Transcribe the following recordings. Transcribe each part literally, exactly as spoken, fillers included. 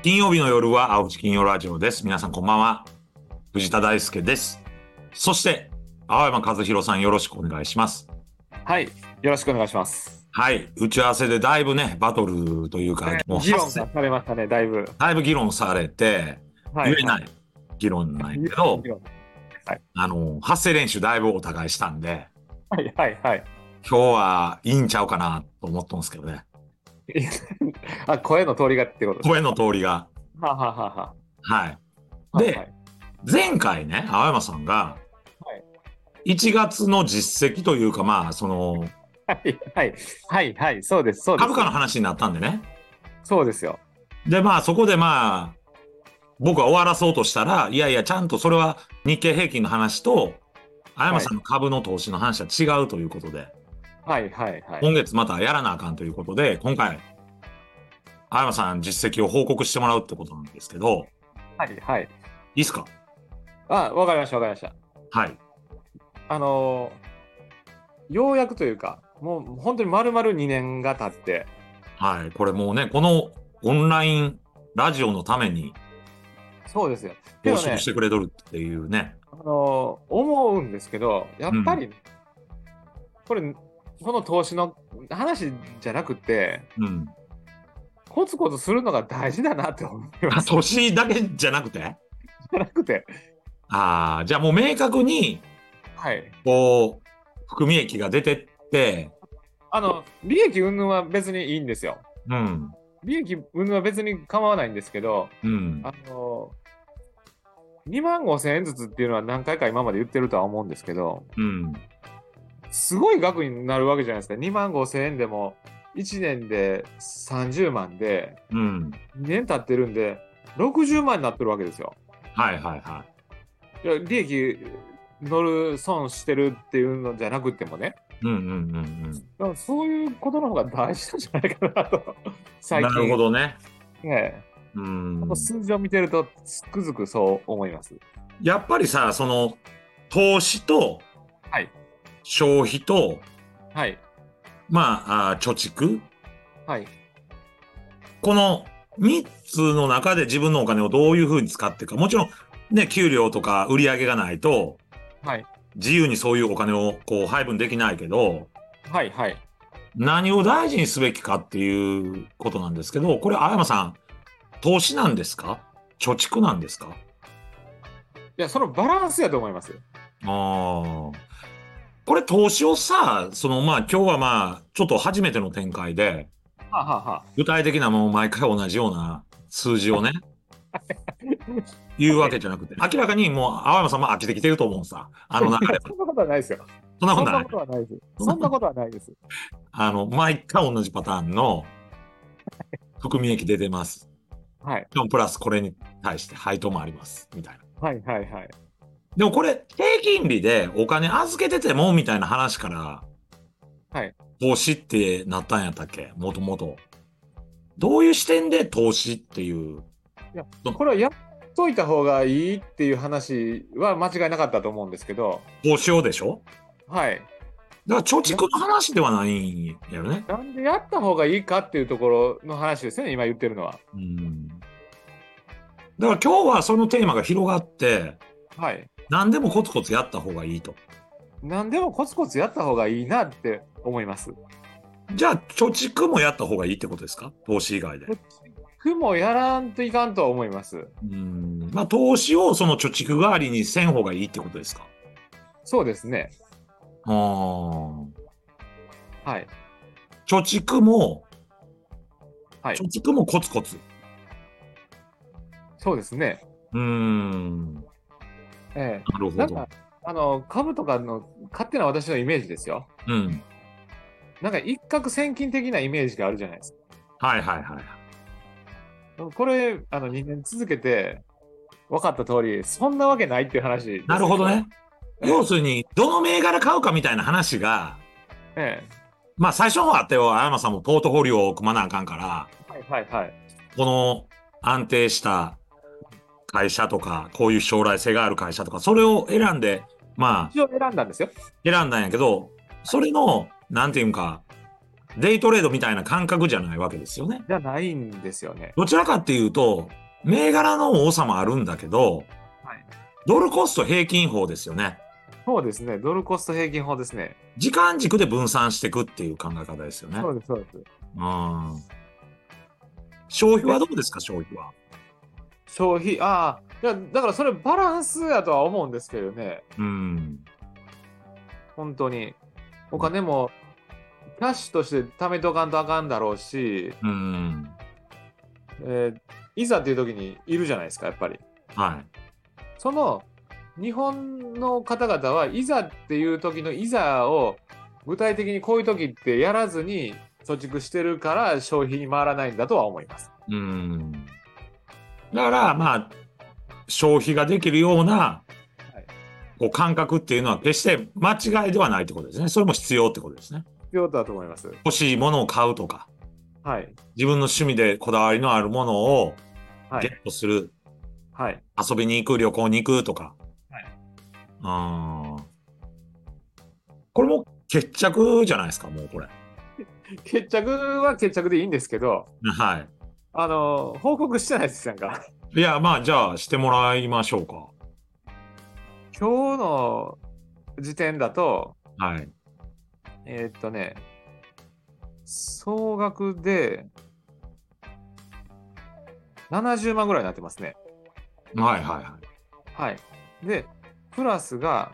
金曜日の夜は青口金曜ラジオです。皆さんこんばんは。藤田大輔です。そして青山和弘さん、よろしくお願いします。 はい、よろしくお願いします。 はい、打ち合わせでだいぶねバトルというか、 ね、 もう議論がされましたね。だいぶだいぶ議論されて、はいはい、言えない議論ないけど、はい、あの発声練習だいぶお互いしたんで、 はいはいはい、 今日はいいんちゃうかなと思ったんですけどね。 あ、声の通りがってことですか。 声の通りが。 はははは。 はい。で、はいはい、前回ね、青山さんが、いちがつの実績というか、まあ、その、 はいはいはいはい、そうです、そうです。 株価の話になったんでね。 そうですよ。 で、まあ、そこでまあ、僕は終わらそうとしたら、いやいや、ちゃんとそれは日経平均の話と、青山さんの株の投資の話は違うということで、 はいはいはい。 今月またやらなあかんということで、今回、青山さん実績を報告してもらうってことなんですけど、 はいはい。 いいっすか？ あ、わかりましたわかりました。 はい。 あのー、ようやくというか、もう本当に丸々にねんが経って。 はい、これもうね、このオンラインラジオのために、 そうですよ。 投資してくれとるっていうね。 あのー、思うんですけど、やっぱり、うん、これ、この投資の話じゃなくて、うん、コツコツするのが大事だなって思います。 投資だけじゃなくてじゃなくて。 ああ、じゃあもう明確に、 はい。 こう、含み益が出てって、 あの、利益云々は別にいいんですよ。 うん。 利益云々は別に構わないんですけど、うん。あの、にまんごせんえんずつっていうのは何回か今まで言ってるとは思うんですけど、うん。すごい額になるわけじゃないですか。にまんごせんえんでもいちねんでさんじゅうまんで、うん、にねん経ってるんでろくじゅうまんになってるわけですよ。 はいはいはい。 いや、利益乗る損してるっていうのじゃなくてもね。うんうんうんうん。だからそういうことの方が大事なんじゃないかなと。 最近。なるほどね。 ねえ。うん。数字を見てるとつくづくそう思います。 やっぱりさ、その投資と、はい、消費と、はい、まあ、あ貯蓄、はい、このみっつの中で自分のお金をどういうふうに使っていくか。もちろんね、給料とか売り上げがないと、はい、自由にそういうお金をこう配分できないけど、はいはい、何を大事にすべきかっていうことなんですけど、これ青山さん、投資なんですか？貯蓄なんですか？ いや、そのバランスやと思いますよ。 ああ。これ投資をさ、そのまあ今日はまあちょっと初めての展開で、はあはあ、具体的なもう毎回同じような数字をね、言うわけじゃなくて、明らかにもう青山さんも飽きてきてると思うさ。あの中で。 そんなことはないですよ。 そんなことない。 そんなことはないです。そんなことはないです。 あの、毎回同じパターンの含み益出てます。はい。プラスこれに対して配当もあります。みたいな。 はいはいはい。 でもこれ、低金利でお金預けててもみたいな話から、はい。投資ってなったんやったっけ？もともと。どういう視点で投資っていう。 いや、これはやっといた方がいいっていう話は間違いなかったと思うんですけど。 投資をでしょ？はい。だから貯蓄の話ではないんやよね。 なんでやった方がいいかっていうところの話ですね、今言ってるのは。うん。 だから今日はそのテーマが広がって、はい。何でもコツコツやった方がいいと。 何でもコツコツやった方がいいなって思います。 じゃあ、貯蓄もやった方がいいってことですか？投資以外で。 貯蓄もやらんといかんとは思います。 うん。まあ、投資をその貯蓄代わりにせん方がいいってことですか？ そうですね。 ああ。はい。貯蓄も、はい。貯蓄もコツコツ。 そうですね。 うーん。 ええ。なるほど。なんか、あの、株とかの勝手な私のイメージですよ。うん。なんか一攫千金的なイメージがあるじゃないですか。はいはいはい。 これ、あの、にねん続けて分かった通り、そんなわけないっていう話です。 なるほどね。ええ、要するに、どの銘柄買うかみたいな話が、ええ。まあ最初の方あったよ。青山さんもポートフォリオを組まなあかんから、 はいはいはい。 この安定した会社とか、こういう将来性がある会社とか、それを選んで、まあ。 一応選んだんですよ。 選んだんやけど、それの、なんていうんか、 デイトレードみたいな感覚じゃないわけですよね。 じゃないんですよね。 どちらかっていうと、銘柄の多さもあるんだけど、はい、ドルコスト平均法ですよね。 そうですね。ドルコスト平均法ですね。 時間軸で分散していくっていう考え方ですよね。 そうです、そうです。 うん。消費はどうですか、消費は。 消費、ああ、いや、だからそれバランスやとは思うんですけどね。 うん。 本当に。お金も、キャッシュとして貯めとかんとあかんだろうし、 うん。 えー、いざっていう時にいるじゃないですか、やっぱり。 はい。 その、日本の方々はいざっていう時のいざを具体的にこういう時ってやらずに貯蓄してるから消費に回らないんだとは思います。 うん。だからまあ消費ができるような、はい、こう感覚っていうのは決して間違いではないってことですね。それも必要ってことですね。 必要だと思います。 欲しいものを買うとか、 はい、 自分の趣味でこだわりのあるものをゲットする、 はい、 遊びに行く、旅行に行くとか。 はい、 あこれも決着じゃないですか、もうこれ。 決着は決着でいいんですけど、 はい。 あの、報告してないですやんか。 いや、まあ、じゃあ、してもらいましょうか。 今日の時点だと、 はい。 えー、っとね、総額でななじゅうまんぐらいになってますね。 はいはいはい。 はい。で、プラスが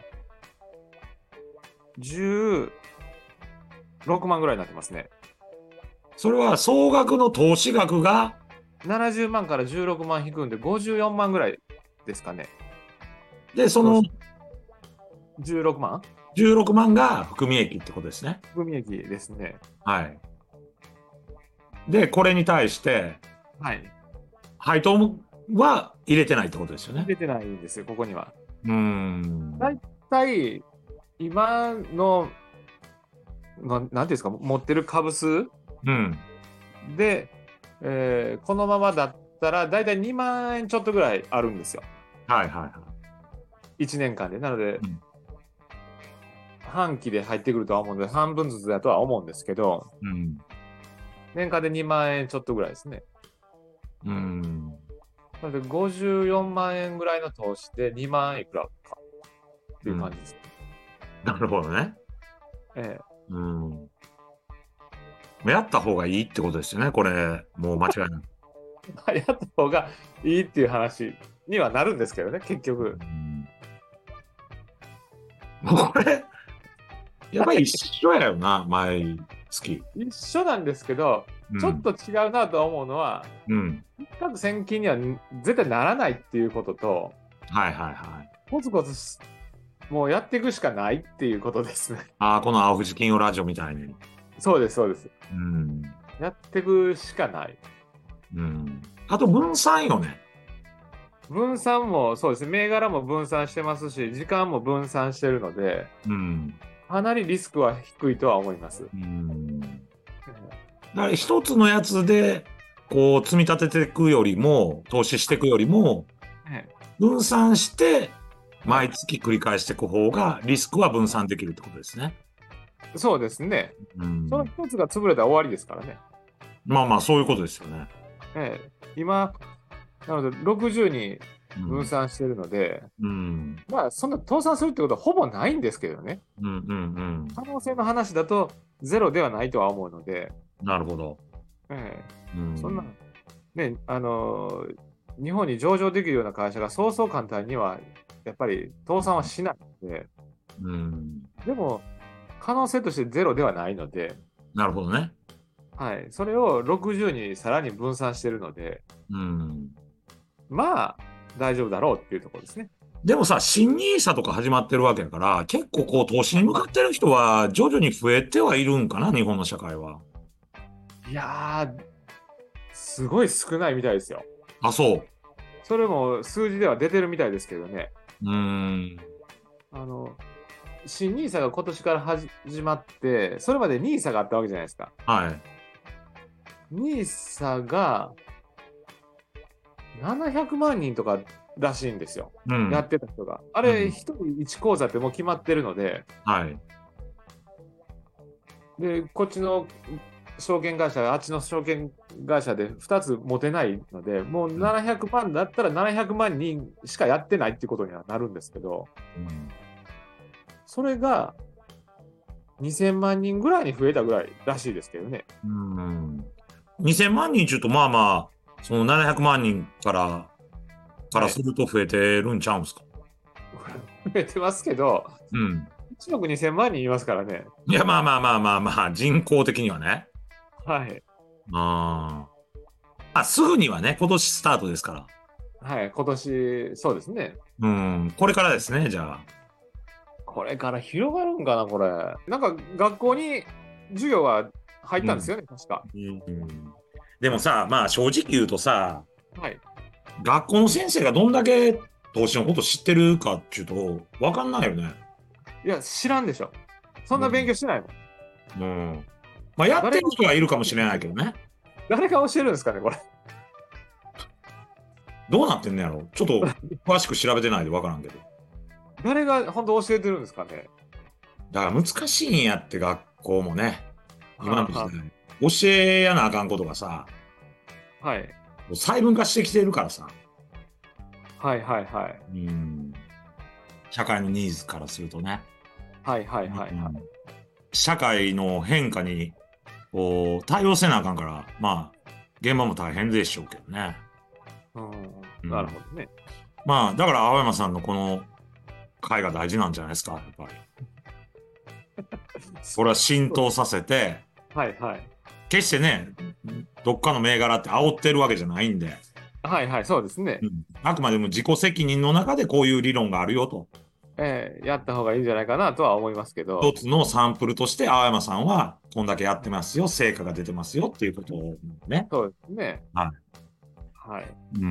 じゅうろくまんぐらいになってますね。 それは総額の投資額がななじゅうまんからじゅうろくまん引くんでごじゅうよんまんぐらいですかね。 で、そのじゅうろくまん ? じゅうろくまんが含み益ってことですね。 含み益ですね。 はい。で、これに対して、 はい。 配当は入れてないってことですよね。 入れてないんですよ、ここには。 うーん。 だいたい今の、ななんていうんですか、持ってる株数、 うん、 で、えー、このままだったら、だいたいにまんえんちょっとぐらいあるんですよ。 はいはいはい。 いちねんかんで。なので、 うん、 半期で入ってくるとは思うので、半分ずつだとは思うんですけど、 うん、 年間でにまんえんちょっとぐらいですね。 うん。 なので、ごじゅうよんまんえんぐらいの投資でにまんいくらかっていう感じです。 うん、なるほどね。 ええ。 うん。やった方がいいってことですよね、これ。もう間違いない。 やった方がいいっていう話にはなるんですけどね、結局。うん、 これ、やっぱり一緒やよな、毎月。 一緒なんですけど、うん、ちょっと違うなと思うのは、うん。各千金には絶対ならないっていうことと、 はいはいはい。 コツコツもうやっていくしかないっていうことですね。 ああ、この青藤金曜ラジオみたいに。 そうです、そうです。 うん。 やっていくしかない。 うん。あと分散よね。 分散もそうですね。銘柄も分散してますし、時間も分散してるので、うん、かなりリスクは低いとは思います。うん。 だから一つのやつでこう積み立てていくよりも、投資していくよりも、分散して毎月繰り返していく方がリスクは分散できるってことですね。 そうですね。うん、その一つが潰れたら終わりですからね。 まあまあそういうことですよね。 ええ、今なのでろくじゅうに分散してるので、うん、まあそんな倒産するってことはほぼないんですけどね。うんうんうん、可能性の話だとゼロではないとは思うので。 なるほど。 ええ、うん、そんなね、あのー、日本に上場できるような会社がそうそう簡単にはやっぱり倒産はしないので、うん、でも可能性としてゼロではないので。 なるほどね。 はい、それをろくじゅうにさらに分散してるので、うん、まあ大丈夫だろうっていうところですね。 でもさ、新ニーサとか始まってるわけだから、結構こう投資に向かってる人は徐々に増えてはいるんかな、日本の社会は。 いやー、すごい少ないみたいですよ。 あ、そう。 それも数字では出てるみたいですけどね。 うーん。 あの、新ニーサが今年から始まって、それまでニーサがあったわけじゃないですか。 はい。 ニーサがななひゃくまんにんとからしいんですよ。うん、やってた人が。あれ、ひとりいち口座ってもう決まってるので、はい。 で、こっちの証券会社、あっちの証券会社でふたつ持てないので、もうななひゃくまんだったらななひゃくまん人しかやってないっていうことにはなるんですけど、うん、それがにせんまん人ぐらいに増えたぐらいらしいですけどね。 うん、にせんまん人ちゅうと、まあまあ、そのななひゃくまん人から、からすると増えてるんちゃうんすか、 はい、増えてますけど、うん。いちおくにせんまん人いますからね。 いや、まあまあまあまあまあ、人口的にはね。 はい。 ああ。すぐにはね、今年スタートですから。 はい、今年、そうですね。 うん、これからですね、じゃあ。 これから広がるんかな、これ。なんか、学校に授業が入ったんですよね、うん、確か、うん。 でもさ、まあ正直言うとさ、 はい。 学校の先生がどんだけ投資のこと知ってるかっていうと、わかんないよね。 いや、知らんでしょ。そんな勉強してないもん。 うん。うん、まあ、やってる人はいるかもしれないけどね。 誰が教えるんですかね、これ。 どうなってんのやろ、ちょっと詳しく調べてないでわからんけど。 誰が本当教えてるんですかね。 だから難しいんやって、学校もね。今の時代。教えやなあかんことがさ、 はい。 細分化してきてるからさ。 はいはいはい。 うん。社会のニーズからするとね。 はいはいはいはい。うん、 社会の変化にこう対応せなあかんから、まあ、現場も大変でしょうけどね。 うん、なるほどね。 まあ、だから青山さんのこの会が大事なんじゃないですか、やっぱり。これは浸透させて、 はいはい。 決してね、どっかの銘柄って煽ってるわけじゃないんで。 はいはい、そうですね。 うん、あくまでも自己責任の中でこういう理論があるよと。 ええー、やった方がいいんじゃないかなとは思いますけど。 一つのサンプルとして青山さんはこんだけやってますよ、成果が出てますよっていうことをね。 そうですね。 はい。 はい。 うん。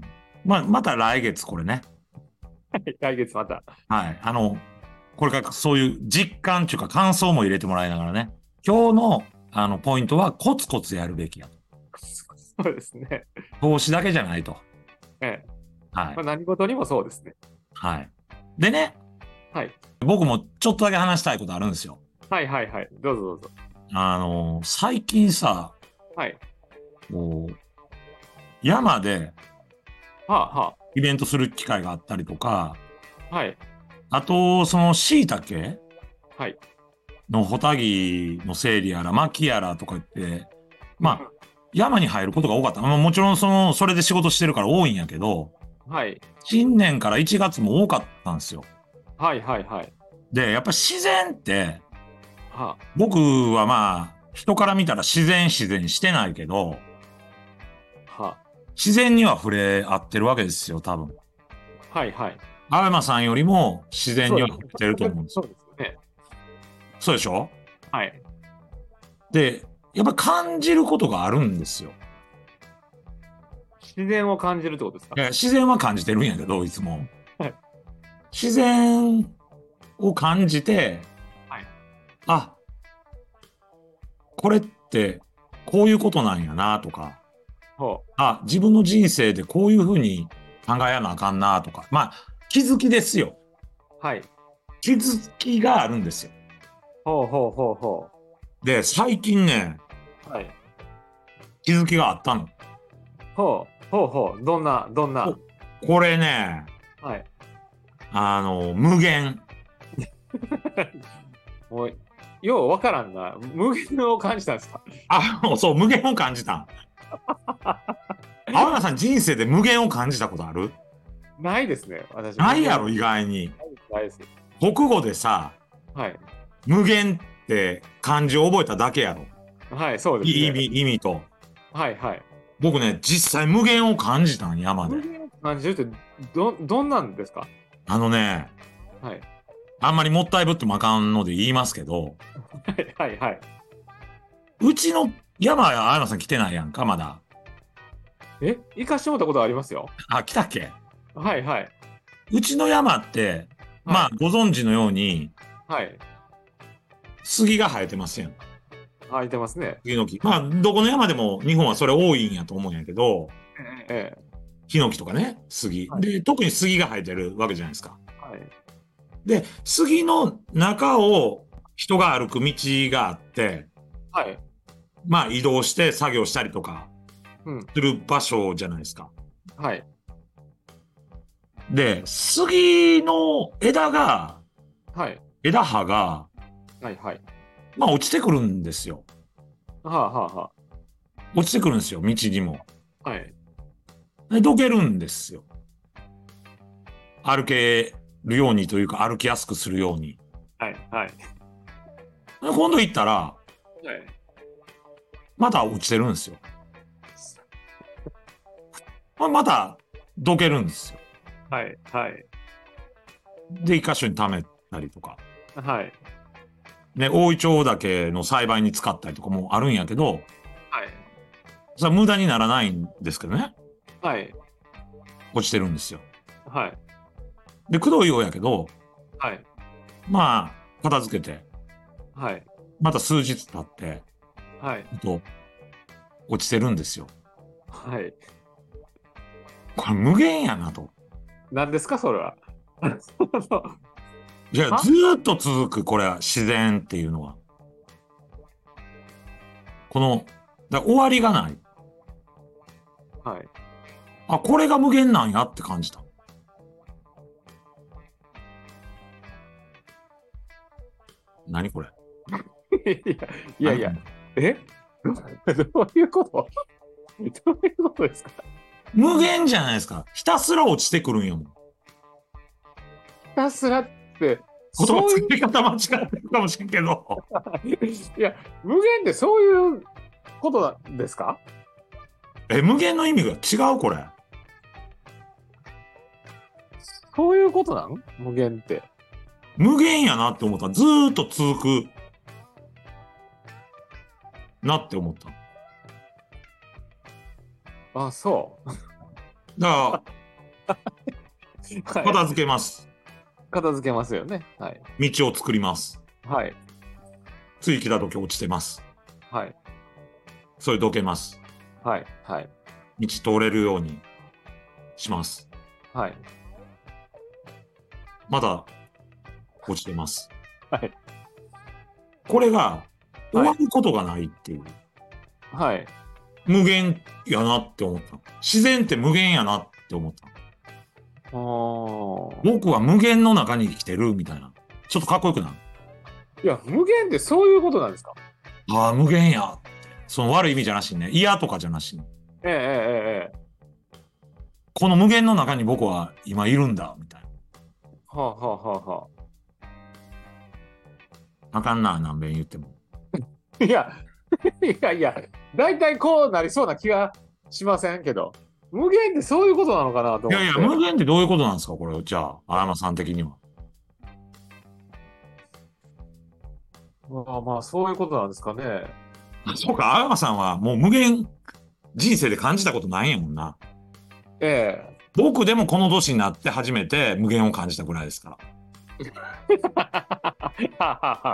まあ、また来月これね。 来月また。 はい。あの、これからそういう実感というか感想も入れてもらいながらね。今日のあのポイントはコツコツやるべきやと。 そうですね。 投資だけじゃないと。 ええ。 はい。 まあ、何事にもそうですね。 はい。でね。 はい。 僕もちょっとだけ話したいことあるんですよ。 はいはいはい。どうぞどうぞ。 あの、最近さ。 はい。 こう、山で、 はあはあ。 イベントする機会があったりとか。 はい。 あと、その椎茸はい。 のホタギの整理やら、薪やらとか言って、まあ、山に入ることが多かった。まあ、もちろんその、それで仕事してるから多いんやけど、 はい。 新年からいちがつも多かったんですよ。 はいはいはい。 で、やっぱ自然って、 はあ、 僕はまあ、人から見たら自然自然してないけど、はあ、自然には触れ合ってるわけですよ、多分。 はいはい。 青山さんよりも自然には触れてると思うんですよ。 そうですよね。 そうでしょ？ はい。 で、やっぱ感じることがあるんですよ。 自然を感じるってことですか？ いや、自然は感じてるんやけど、いつも。 はい、 自然を感じて、はい、あ、これってこういうことなんやなとか、ほう、あ、自分の人生でこういうふうに考えやなあかんなとか、まあ、気づきですよ。はい。気づきがあるんですよ。ほうほうほうほう。で、最近ね、はい。気づきがあったの。ほう。ほうほう。どんな、どんな。これね。はい。あの、無限。 もう、ようわからんな。無限を感じたんですか？ あ、そう、無限を感じた。青山さん、人生で無限を感じたことある？ ないですね、私。 ないやろ、意外に。 ないです。 国語でさ、はい。無限って漢字を覚えただけやろ。 はい、そうですね。 意味、意味と。 はい、はい。 僕ね、実際無限を感じたん、山で。無限を感じるって、ど、どんなんですか？ あのね、はい。あんまりもったいぶってもあかんので言いますけど、 はい、はい、はい。 うちの山、青山さん来てないやんか、まだ。 え、行かしてもらったことありますよ。 あ、来たっけ？ はい、はい。 うちの山って、はい、まあ、ご存知のように、はい。杉が生えてますやん。 生えてますね。 杉の木。まあ、どこの山でも日本はそれ多いんやと思うんやけど、ええ、ヒノキとかね、杉。はい、で、特に杉が生えてるわけじゃないですか。はい。で、杉の中を人が歩く道があって、はい。まあ移動して作業したりとか、する場所じゃないですか。うん、はい。で、杉の枝が、はい。枝葉が、はいはい。まあ落ちてくるんですよ。はあはあはあ。落ちてくるんですよ、道にも。はい。で、どけるんですよ。歩けるようにというか、歩きやすくするように。はいはい。で、今度行ったら、はい。また落ちてるんですよ。また、どけるんですよ。はいはい。で、一箇所に溜めたりとか。はい。ね、大イチョウ岳の栽培に使ったりとかもあるんやけど、はい。それは無駄にならないんですけどね。はい。落ちてるんですよ。はい。で、くどいようやけど、はい。まあ、片付けて、はい。また数日経って、はい。と、落ちてるんですよ。はい。これ無限やなと。何ですか、それは。いや、ずーっと続く、これは自然っていうのは。この、だ終わりがない。はい。あ、これが無限なんやって感じた。何これ。いやいやいや、えどういうことどういうことですか。無限じゃないですか。ひたすら落ちてくるんやもん。ひたすらって、言葉作り方間違ってるかもしれんけど。いや、無限ってそういうことなんですか。え、無限の意味が違うこれ。そういうことなん？無限って。無限やなって思った。ずーっと続く。なって思った。あ、そう。だから、片付けます。片付けますよね。はい。道を作ります。はい。次来た時落ちてます。はい。それどけます。はい。はい。道通れるようにします。はい。まだ落ちてます。はい。これが終わることがないっていう。はい。無限やなって思った。自然って無限やなって思った。僕は無限の中に生きてるみたいな。ちょっとかっこよくない？いや、無限ってそういうことなんですか？ああ、無限やって。その悪い意味じゃなしにね。嫌とかじゃなしに。ええええええ。この無限の中に僕は今いるんだみたいな。はあはあはあはあ。あかんな、何遍言っても。いや、いやいや、だいたいこうなりそうな気がしませんけど。無限ってそういうことなのかなと思って。いやいや、無限ってどういうことなんですかこれ、じゃあ、あやまさん的には。まあまあ、そういうことなんですかね。そうか、あやまさんはもう無限、人生で感じたことないんやもんな。ええ。僕でもこの年になって初めて無限を感じたぐらいですから。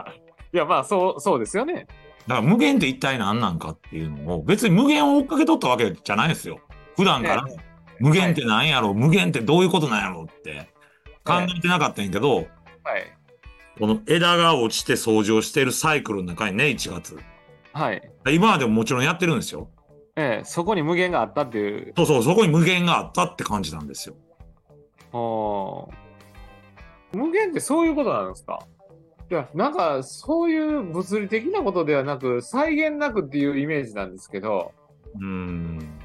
いや、まあ、そう、そうですよね。だから無限って一体何なんかっていうのを、別に無限を追っかけとったわけじゃないですよ。普段から、無限って何やろ、はい、無限ってどういうことなんやろって考えてなかったんやけど、はい、この枝が落ちて掃除をしているサイクルの中にね、いちがつ。はい。今までももちろんやってるんですよ。ええ、そこに無限があったっていう。そうそう、そこに無限があったって感じなんですよ。ああ。無限ってそういうことなんですか？いや、なんか、そういう物理的なことではなく、際限なくっていうイメージなんですけど。うーん。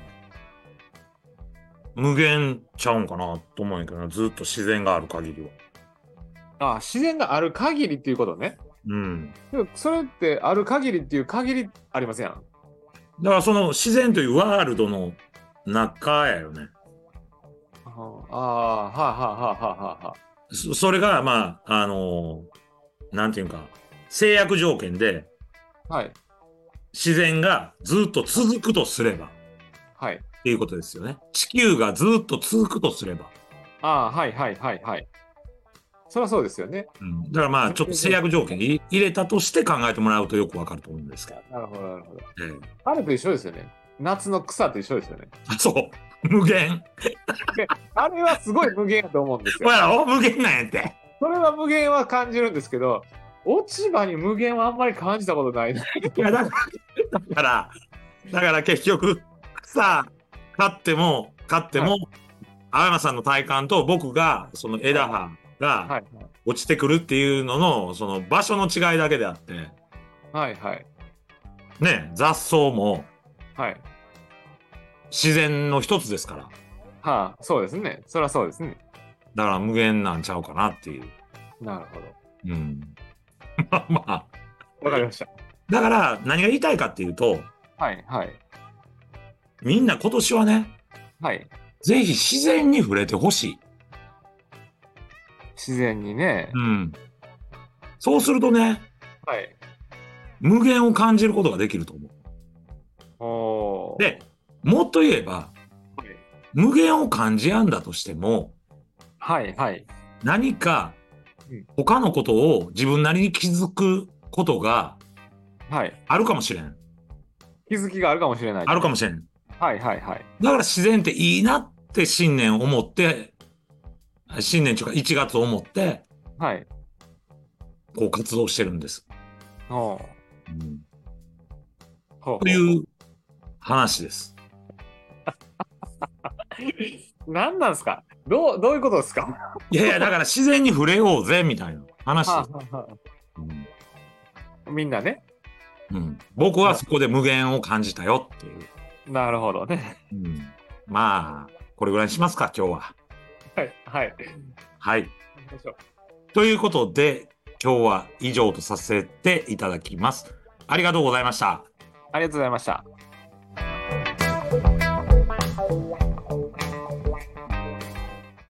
無限ちゃうんかなと思うんやけどな、ずっと自然がある限りは。ああ、自然がある限りっていうことね。うん。でも、それってある限りっていう限りありませんやん。だからその自然というワールドの中やよね。ああ、はあ、はあ、はあ、はあ、はあ。そ、それが、まあ、あのー、なんていうか、制約条件で、はい。自然がずっと続くとすれば、はい。っていうことですよね。地球がずっと続くとすれば。ああ、はい、はい、はい、はい。そりゃそうですよね。うん。だからまあ、ちょっと制約条件入れたとして考えてもらうとよくわかると思うんですけど。なるほど、なるほど。ええ、あれと一緒ですよね。夏の草と一緒ですよね。そう。無限。あれはすごい無限だと思うんですよ。ほら、無限なんやって。それは無限は感じるんですけど、 落ち葉に無限はあんまり感じたことないな。いやだから、だから、だから結局、草買っても、買っても、はい、青山さんの体感と僕が、その枝葉が落ちてくるっていうのの、その場所の違いだけであって、 はいはい。 ね、雑草も、はい。自然の一つですから。 はあ、そうですね。そりゃそうですね。 だから無限なんちゃうかなっていう。 なるほど。 うん。まあまあ。 わかりました。 だから何が言いたいかっていうと、 はいはい。 みんな今年はね、はい。ぜひ自然に触れてほしい。 自然にね。 うん。そうするとね、はい。無限を感じることができると思う。おー。で、もっと言えば、はい、無限を感じやんだとしても、はいはい。何か他のことを自分なりに気づくことが、はい。あるかもしれん。 気づきがあるかもしれない。 あるかもしれん。 はいはいはい。 だから自然っていいなって新年思って、新年というかいちがつ思って、はい。こう活動してるんです。おう。うん。ほうほうという話です。 何なんですか？どう、どういうことですか？ いやいや、だから自然に触れようぜ、みたいな話です。はあはあうん、みんなね。 うん。僕はそこで無限を感じたよっていう。 なるほどね。 うん。まあ、これぐらいにしますか、今日は。 はい、はい。 はい。ということで、今日は以上とさせていただきます。ありがとうございました。 ありがとうございました。